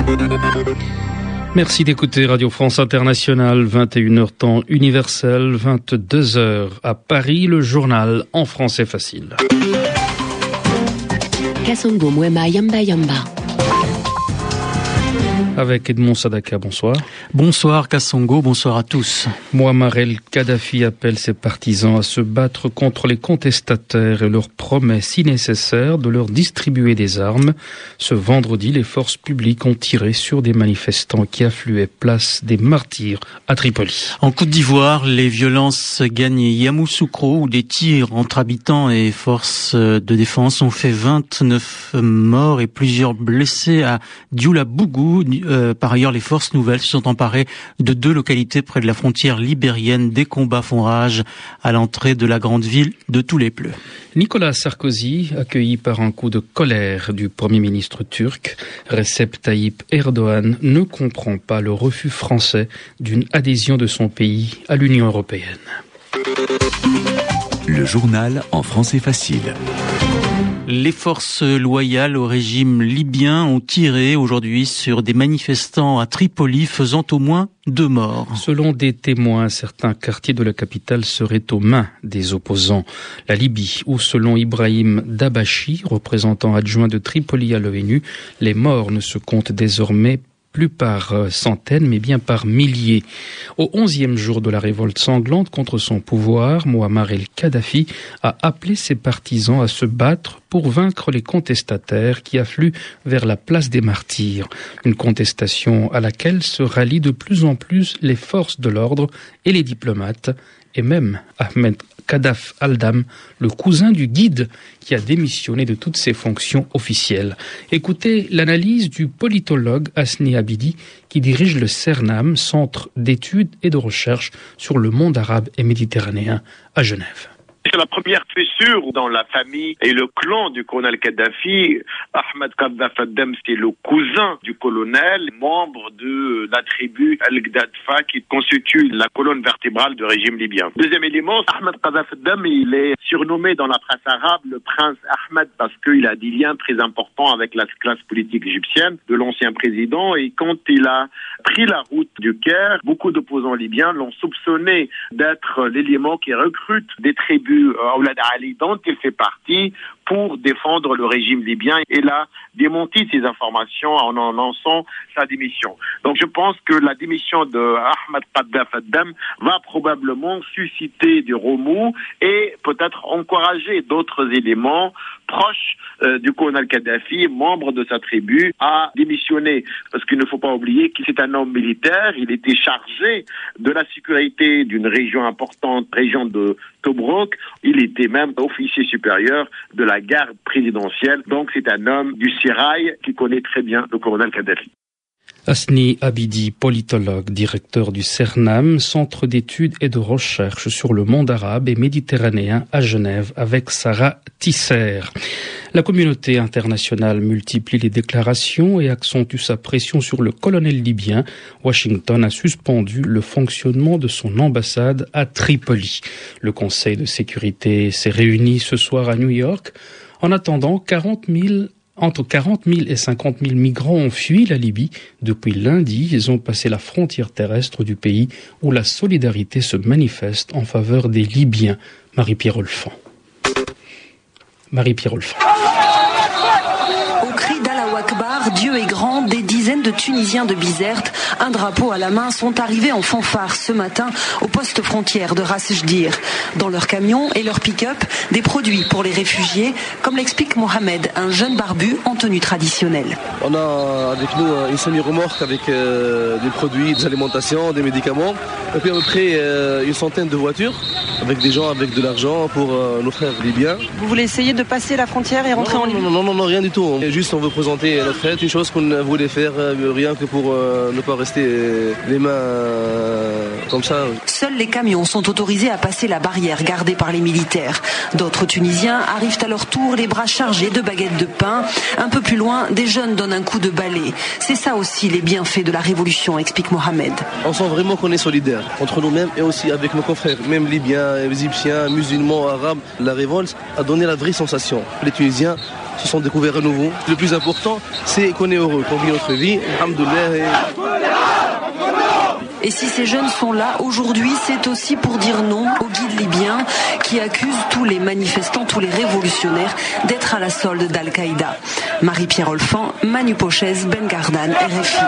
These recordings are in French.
Merci d'écouter Radio France Internationale, 21h temps universel, 22h à Paris, le journal en français facile. Kasongo Mwema Yamba Yamba. Avec Edmond Sadaka, bonsoir. Bonsoir Kasongo, bonsoir à tous. Mouammar el-Kadhafi appelle ses partisans à se battre contre les contestataires et leur promet, si nécessaire, de leur distribuer des armes. Ce vendredi, les forces publiques ont tiré sur des manifestants qui affluaient place des Martyrs à Tripoli. En Côte d'Ivoire, les violences gagnent Yamoussoukro où des tirs entre habitants et forces de défense ont fait 29 morts et plusieurs blessés à Dioulabougou. Par ailleurs, les forces nouvelles se sont emparées de 2 localités près de la frontière libérienne. Des combats font rage à l'entrée de la grande ville de tous les pleux. Nicolas Sarkozy, accueilli par un coup de colère du Premier ministre turc, Recep Tayyip Erdogan, ne comprend pas le refus français d'une adhésion de son pays à l'Union européenne. Le journal en français facile. Les forces loyales au régime libyen ont tiré aujourd'hui sur des manifestants à Tripoli, faisant au moins 2 morts. Selon des témoins, certains quartiers de la capitale seraient aux mains des opposants. La Libye, où selon Ibrahim Dabachi, représentant adjoint de Tripoli à l'ONU, les morts ne se comptent désormais plus par centaines, mais bien par milliers. Au 11e jour de la révolte sanglante contre son pouvoir, Mouammar el-Kadhafi a appelé ses partisans à se battre pour vaincre les contestataires qui affluent vers la place des Martyrs. Une contestation à laquelle se rallient de plus en plus les forces de l'ordre et les diplomates, et même Ahmed Kadaf Aldam, le cousin du guide qui a démissionné de toutes ses fonctions officielles. Écoutez l'analyse du politologue Hasni Abidi qui dirige le CERNAM, Centre d'études et de recherche sur le monde arabe et méditerranéen à Genève. C'est la première fissure dans la famille et le clan du colonel Kadhafi. Ahmed Kadaf Aldam, c'est le cousin du colonel, membre de la tribu Al-Gdadfa qui constitue la colonne vertébrale du régime libyen. Deuxième élément, Ahmed Kadaf Aldam, il est surnommé dans la presse arabe le prince Ahmed parce qu'il a des liens très importants avec la classe politique égyptienne de l'ancien président, et quand il a pris la route du Caire, beaucoup d'opposants libyens l'ont soupçonné d'être l'élément qui recrute des tribus Aoulad Ali dont il fait partie pour défendre le régime libyen. Il a démenti ces informations en annonçant sa démission. Donc je pense que la démission de Ahmed Kadaf Aldam va probablement susciter des remous et peut-être encourager d'autres éléments proches du colonel Kadhafi, membre de sa tribu, à démissionner. Parce qu'il ne faut pas oublier qu'il est un homme militaire, il était chargé de la sécurité d'une région importante, région de Tobruk. Il était même officier supérieur de la garde présidentielle. Donc c'est un homme du sérail qui connaît très bien le colonel Kadhafi. Hasni Abidi, politologue, directeur du CERNAM, Centre d'études et de recherche sur le monde arabe et méditerranéen à Genève, avec Sarah Tisser. La communauté internationale multiplie les déclarations et accentue sa pression sur le colonel libyen. Washington a suspendu le fonctionnement de son ambassade à Tripoli. Le Conseil de sécurité s'est réuni ce soir à New York. En attendant, entre 40 000 et 50 000 migrants ont fui la Libye. Depuis lundi, ils ont passé la frontière terrestre du pays où la solidarité se manifeste en faveur des Libyens. Marie-Pierre Olfan. Au cri d'Allahu Akbar, Dieu est grand, des dizaines de Tunisiens de Bizerte, un drapeau à la main, sont arrivés en fanfare ce matin au poste frontière de Ras Jdir. Dans leurs camions et leurs pick-up, des produits pour les réfugiés, comme l'explique Mohamed, un jeune barbu en tenue traditionnelle. On a avec nous une semi-remorque avec des produits, des alimentations, des médicaments, et puis à peu près une centaine de voitures avec des gens avec de l'argent pour nos frères libyens. Vous voulez essayer de passer la frontière et rentrer en Libye? Non, rien du tout. Juste on veut présenter notre fête, une chose qu'on voulait faire rien que pour ne pas rester les mains comme ça. Seuls les camions sont autorisés à passer la barrière gardée par les militaires. D'autres Tunisiens arrivent à leur tour les bras chargés de baguettes de pain. Un peu plus loin, des jeunes donnent un coup de balai. C'est ça aussi les bienfaits de la révolution, explique Mohamed. On sent vraiment qu'on est solidaires entre nous-mêmes et aussi avec nos confrères, même libyens, égyptiens, musulmans, arabes. La révolte a donné la vraie sensation. Les Tunisiens se sont découverts à nouveau. Le plus important, c'est qu'on est heureux, qu'on vit notre vie. Alhamdoulilah. Et si ces jeunes sont là aujourd'hui, c'est aussi pour dire non aux guides libyens qui accusent tous les manifestants, tous les révolutionnaires d'être à la solde d'Al-Qaïda. Marie-Pierre Olfan, Manu Pochez, Ben Gardan, RFI.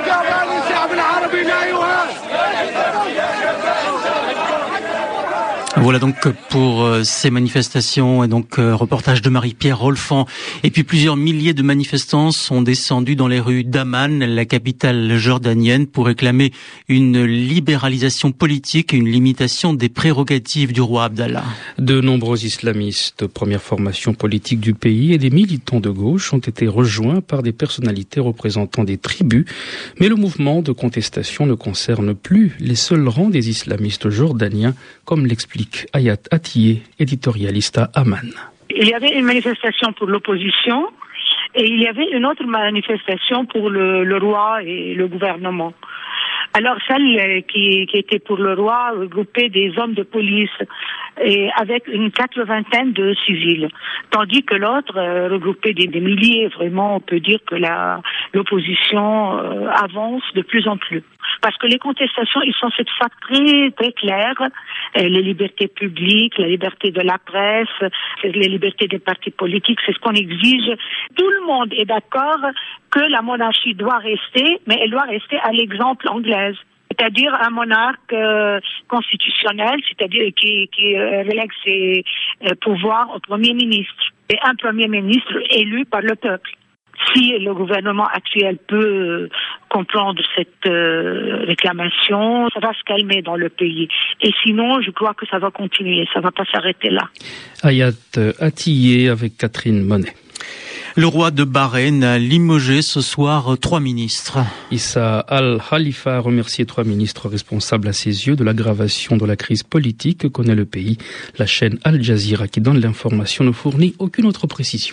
Voilà donc pour ces manifestations et donc reportage de Marie-Pierre Olfan. Et puis plusieurs milliers de manifestants sont descendus dans les rues d'Amman, la capitale jordanienne, pour réclamer une libéralisation politique et une limitation des prérogatives du roi Abdallah. De nombreux islamistes, première formation politique du pays, et des militants de gauche ont été rejoints par des personnalités représentant des tribus. Mais le mouvement de contestation ne concerne plus les seuls rangs des islamistes jordaniens, comme l'explique Ayat Atiyeh, éditorialiste à Amman. Il y avait une manifestation pour l'opposition et il y avait une autre manifestation pour le roi et le gouvernement. Alors celle qui était pour le roi regroupait des hommes de police et avec une 80aine de civils, tandis que l'autre regroupait des milliers. Vraiment, on peut dire que l'opposition avance de plus en plus. Parce que les contestations, ils sont cette fois très, très claires. Les libertés publiques, la liberté de la presse, les libertés des partis politiques, c'est ce qu'on exige. Tout le monde est d'accord que la monarchie doit rester, mais elle doit rester à l'exemple anglaise. C'est-à-dire un monarque constitutionnel, c'est-à-dire qui relègue ses pouvoirs au Premier ministre. Et un Premier ministre élu par le peuple. Si le gouvernement actuel peut comprendre cette réclamation, ça va se calmer dans le pays. Et sinon, je crois que ça va continuer, ça va pas s'arrêter là. Ayat Atiyeh avec Catherine Monet. Le roi de Bahreïn a limogé ce soir 3 ministres. Issa Al-Khalifa a remercié 3 ministres responsables à ses yeux de l'aggravation de la crise politique que connaît le pays. La chaîne Al Jazeera qui donne l'information ne fournit aucune autre précision.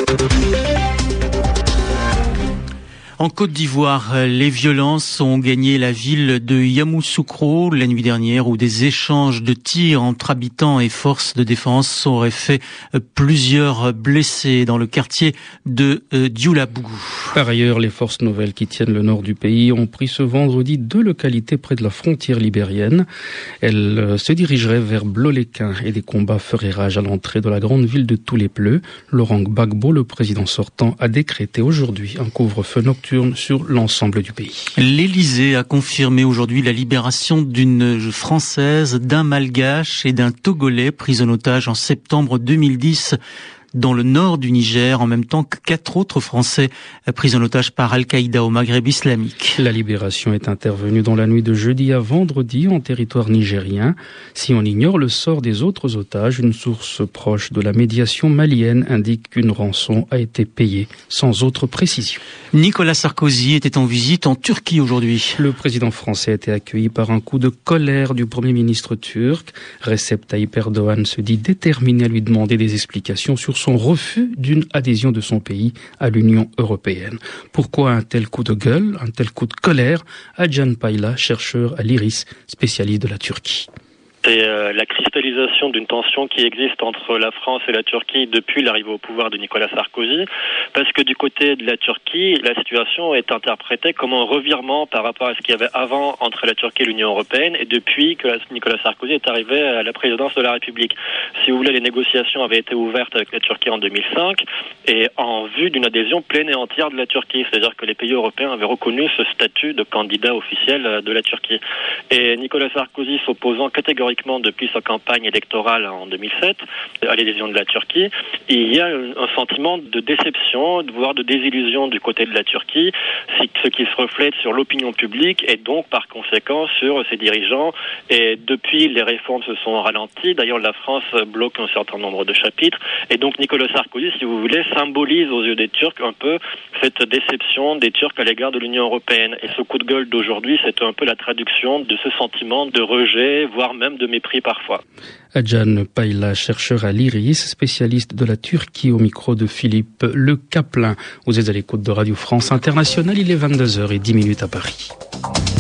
En Côte d'Ivoire, les violences ont gagné la ville de Yamoussoukro la nuit dernière où des échanges de tirs entre habitants et forces de défense auraient fait plusieurs blessés dans le quartier de Dioulabougou. Par ailleurs, les forces nouvelles qui tiennent le nord du pays ont pris ce vendredi 2 localités près de la frontière libérienne. Elles se dirigeraient vers Bloléquin et des combats feraient rage à l'entrée de la grande ville de Toulépleu. Laurent Gbagbo, le président sortant, a décrété aujourd'hui un couvre-feu nocturne sur l'ensemble du pays. L'Élysée a confirmé aujourd'hui la libération d'une Française, d'un Malgache et d'un Togolais pris en otage en septembre 2010 dans le nord du Niger, en même temps que 4 autres Français pris en otage par Al-Qaïda au Maghreb islamique. La libération est intervenue dans la nuit de jeudi à vendredi en territoire nigérien. Si on ignore le sort des autres otages, une source proche de la médiation malienne indique qu'une rançon a été payée sans autre précision. Nicolas Sarkozy était en visite en Turquie aujourd'hui. Le président français a été accueilli par un coup de colère du Premier ministre turc. Recep Tayyip Erdogan se dit déterminé à lui demander des explications sur son refus d'une adhésion de son pays à l'Union européenne. Pourquoi un tel coup de gueule, un tel coup de colère? Adjan Payla, chercheur à l'IRIS, spécialiste de la Turquie. C'est la cristallisation d'une tension qui existe entre la France et la Turquie depuis l'arrivée au pouvoir de Nicolas Sarkozy, parce que du côté de la Turquie, la situation est interprétée comme un revirement par rapport à ce qu'il y avait avant entre la Turquie et l'Union européenne, et depuis que Nicolas Sarkozy est arrivé à la présidence de la République. Si vous voulez, les négociations avaient été ouvertes avec la Turquie en 2005, et en vue d'une adhésion pleine et entière de la Turquie, c'est-à-dire que les pays européens avaient reconnu ce statut de candidat officiel de la Turquie. Et Nicolas Sarkozy s'opposant catégoriquement depuis sa campagne électorale en 2007 à l'adhésion de la Turquie, il y a un sentiment de déception, voire de désillusion du côté de la Turquie, ce qui se reflète sur l'opinion publique et donc par conséquent sur ses dirigeants. Et depuis, les réformes se sont ralenties. D'ailleurs, la France bloque un certain nombre de chapitres. Et donc Nicolas Sarkozy, si vous voulez, symbolise aux yeux des Turcs un peu cette déception des Turcs à l'égard de l'Union européenne. Et ce coup de gueule d'aujourd'hui, c'est un peu la traduction de ce sentiment de rejet, voire même de mépris parfois. Adjan Payla, chercheur à l'IRIS, spécialiste de la Turquie, au micro de Philippe Le Caplin. Vous êtes à l'écoute de Radio France Internationale, il est 22h10 à Paris.